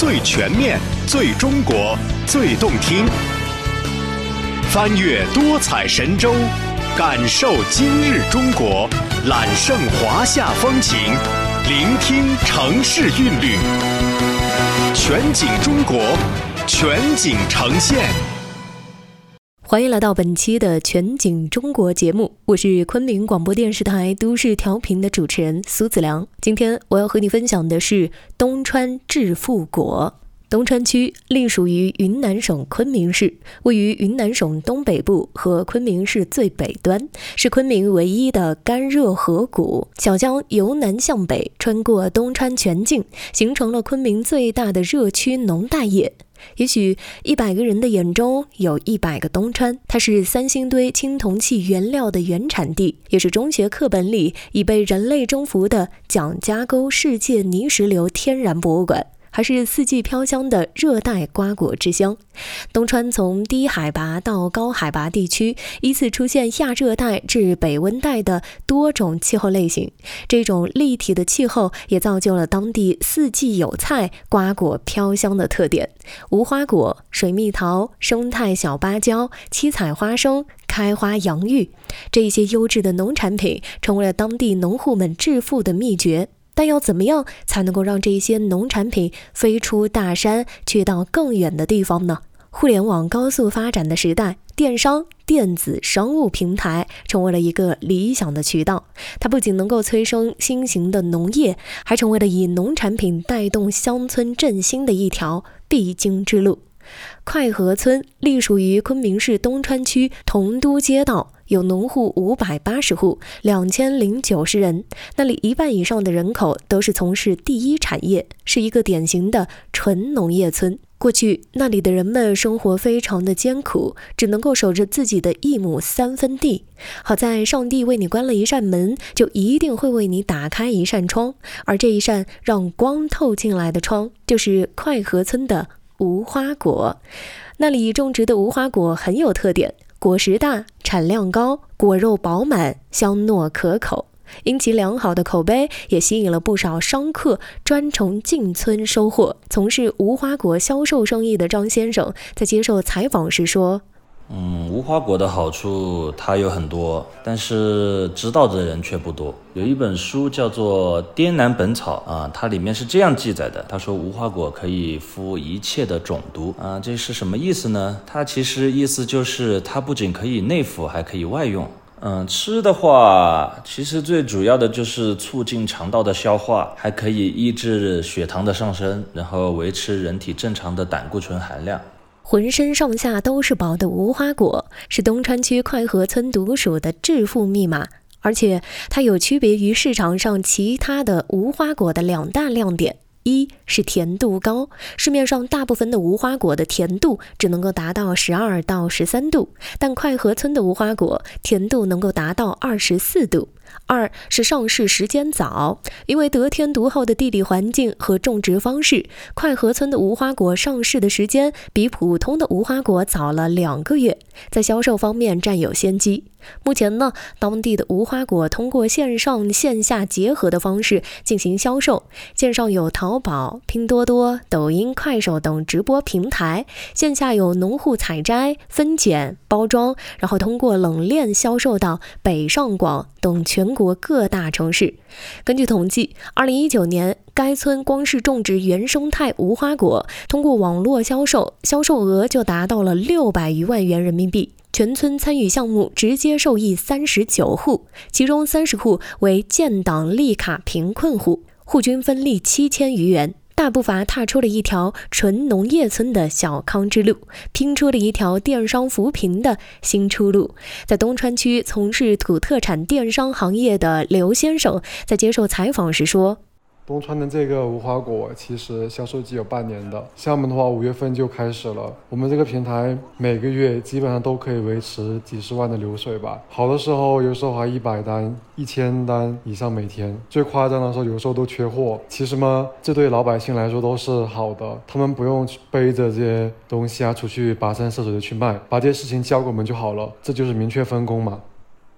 最全面、最中国、最动听。翻越多彩神州，感受今日中国，揽胜华夏风情，聆听城市韵律。全景中国，全景呈现。 欢迎来到本期的全景中国节目，我是昆明广播电视台都市调频的主持人苏子良。今天我要和你分享的是东川致富果。东川区隶属于云南省昆明市，位于云南省东北部和昆明市最北端，是昆明唯一的干热河谷。小江由南向北穿过东川全境，形成了昆明最大的热区农大业。也许100个人的眼中有100个东川，它是三星堆青铜器原料的原产地，也是中学课本里已被人类征服的蒋家沟世界泥石流天然博物馆，还是四季飘香的热带瓜果之乡。东川从低海拔到高海拔地区依次出现亚热带至北温带的多种气候类型，这种立体的气候也造就了当地四季有菜、瓜果飘香的特点。无花果、水蜜桃、生态小芭蕉、七彩花生、开花洋芋，这些优质的农产品成为了当地农户们致富的秘诀。但要怎么样才能够让这些农产品飞出大山，去到更远的地方呢？互联网高速发展的时代，电商、电子商务平台成为了一个理想的渠道。它不仅能够催生新型的农业，还成为了以农产品带动乡村振兴的一条必经之路。快河村隶属于昆明市东川区同都街道，有农户580户，2090人，那里1半以上的人口都是从事第一产业，是一个典型的纯农业村。过去那里的人们生活非常的艰苦，只能够守着自己的1亩3分地。好在上帝为你关了一扇门，就一定会为你打开一扇窗，而这一扇让光透进来的窗，就是快河村的无花果。那里种植的无花果很有特点，果实大，产量高，果肉饱满，香糯可口。因其良好的口碑，也吸引了不少商客专程进村收货。从事无花果销售生意的张先生在接受采访时说， 无花果的好处它有很多，但是知道的人却不多。有一本书叫做《滇南本草》它里面是这样记载的，他说无花果可以敷一切的肿毒这是什么意思呢？它其实意思就是它不仅可以内服，还可以外用。吃的话，其实最主要的就是促进肠道的消化，还可以抑制血糖的上升，然后维持人体正常的胆固醇含量。 浑身上下都是宝的无花果，是东川区快河村独属的致富密码，而且它有区别于市场上其他的无花果的2大亮点。一是甜度高，市面上大部分的无花果的甜度只能够达到12到13度，但快河村的无花果甜度能够达到24度。2是上市时间早，因为得天独厚的地理环境和种植方式，快河村的无花果上市的时间比普通的无花果早了2个月，在销售方面占有先机。目前呢，当地的无花果通过线上线下结合的方式进行销售，线上有淘宝、拼多多、抖音、快手等直播平台，线下有农户采摘、分拣、包装，然后通过冷链销售到北上广等全国各大城市。根据统计，2019年该村光是种植原生态无花果，通过网络销售，销售额就达到了600余万元人民币。全村参与项目直接受益39户，其中30户为建档立卡贫困户，户均分利7000余元。大步伐踏出了一条纯农业村的小康之路，拼出了一条电商扶贫的新出路。在东川区从事土特产电商行业的刘先生在接受采访时说， 东川的这个无花果其实销售季有半年的，像我们的话5月份就开始了。我们这个平台每个月基本上都可以维持几十万的流水吧，好的时候有时候还100单、1000单以上每天，最夸张的时候有时候都缺货。其实嘛，这对老百姓来说都是好的，他们不用背着这些东西出去跋山涉水的去卖，把这些事情交给我们就好了，这就是明确分工嘛。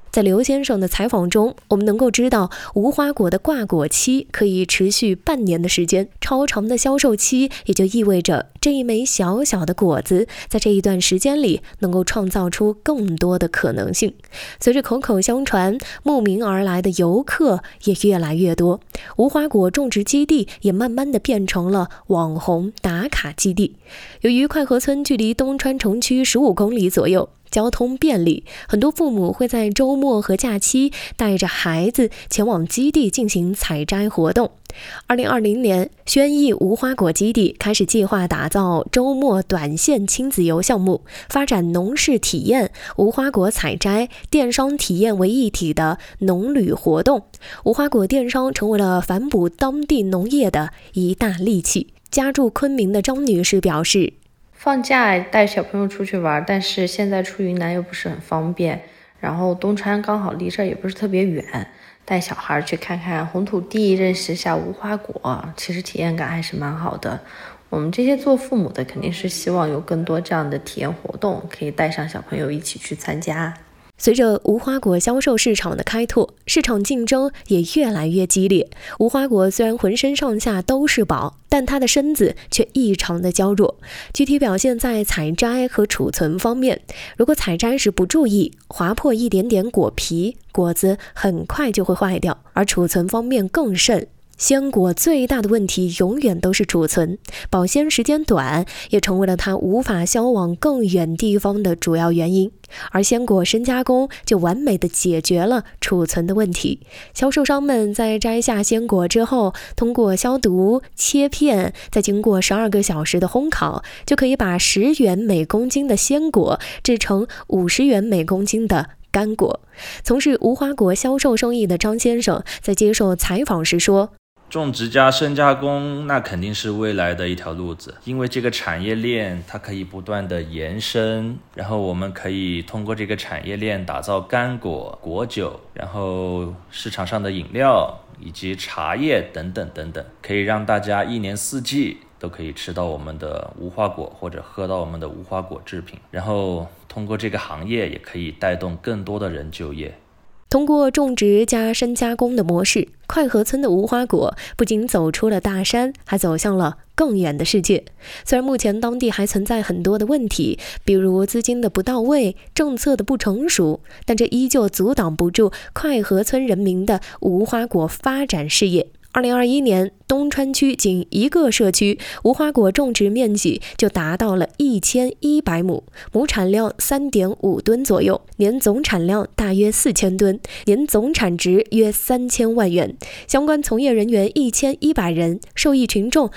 在刘先生的采访中，我们能够知道无花果的挂果期可以持续半年的时间，超长的销售期也就意味着这一枚小小的果子在这一段时间里能够创造出更多的可能性。随着口口相传，慕名而来的游客也越来越多，无花果种植基地也慢慢的变成了网红打卡基地。由于快河村距离东川城区15公里左右，交通便利，很多父母会在周末和假期带着孩子前往基地进行采摘活动。2020年，宣义无花果基地开始计划打造周末短线亲子游项目，发展农事体验、无花果采摘、电商体验为一体的农旅活动。无花果电商成为了反哺当地农业的一大利器。家住昆明的张女士表示， 放假带小朋友出去玩，但是现在出云南又不是很方便，然后东川刚好离这儿也不是特别远，带小孩去看看红土地，认识一下无花果，其实体验感还是蛮好的。我们这些做父母的肯定是希望有更多这样的体验活动，可以带上小朋友一起去参加。 随着无花果销售市场的开拓，市场竞争也越来越激烈。无花果虽然浑身上下都是宝，但它的身子却异常的娇弱，具体表现在采摘和储存方面。如果采摘时不注意，划破一点点果皮，果子很快就会坏掉，而储存方面更甚。鲜果最大的问题永远都是储存，保鲜时间短也成为了它无法销往更远地方的主要原因。而鲜果深加工就完美的解决了储存的问题。销售商们在摘下鲜果之后，通过消毒、切片，再经过12个小时的烘烤，就可以把10元每公斤的鲜果制成50元每公斤的干果。从事无花果销售生意的张先生在接受采访时说， 种植加深加工那肯定是未来的一条路子，因为这个产业链它可以不断的延伸，然后我们可以通过这个产业链打造干果、果酒，然后市场上的饮料以及茶叶等等等等，可以让大家一年四季都可以吃到我们的无花果或者喝到我们的无花果制品，然后通过这个行业也可以带动更多的人就业。 通过种植加深加工的模式，快河村的无花果不仅走出了大山，还走向了更远的世界。虽然目前当地还存在很多的问题，比如资金的不到位、政策的不成熟，但这依旧阻挡不住快河村人民的无花果发展事业。2021年，东川区仅一个社区无花果种植面积就达到了1100亩，亩产量3.5吨左右，年总产量大约4000吨，年总产值约3000万元。相关从业人员1100人，受益群众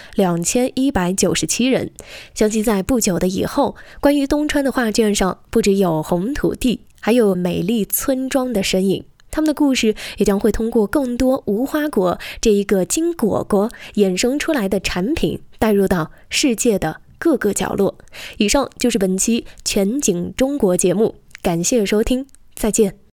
2197人。相信在不久的以后，关于东川的画卷上不只有红土地，还有美丽村庄的身影。他们的故事也将会通过更多无花果这一个金果果衍生出来的产品带入到世界的各个角落。以上就是本期全景中国节目，感谢收听，再见。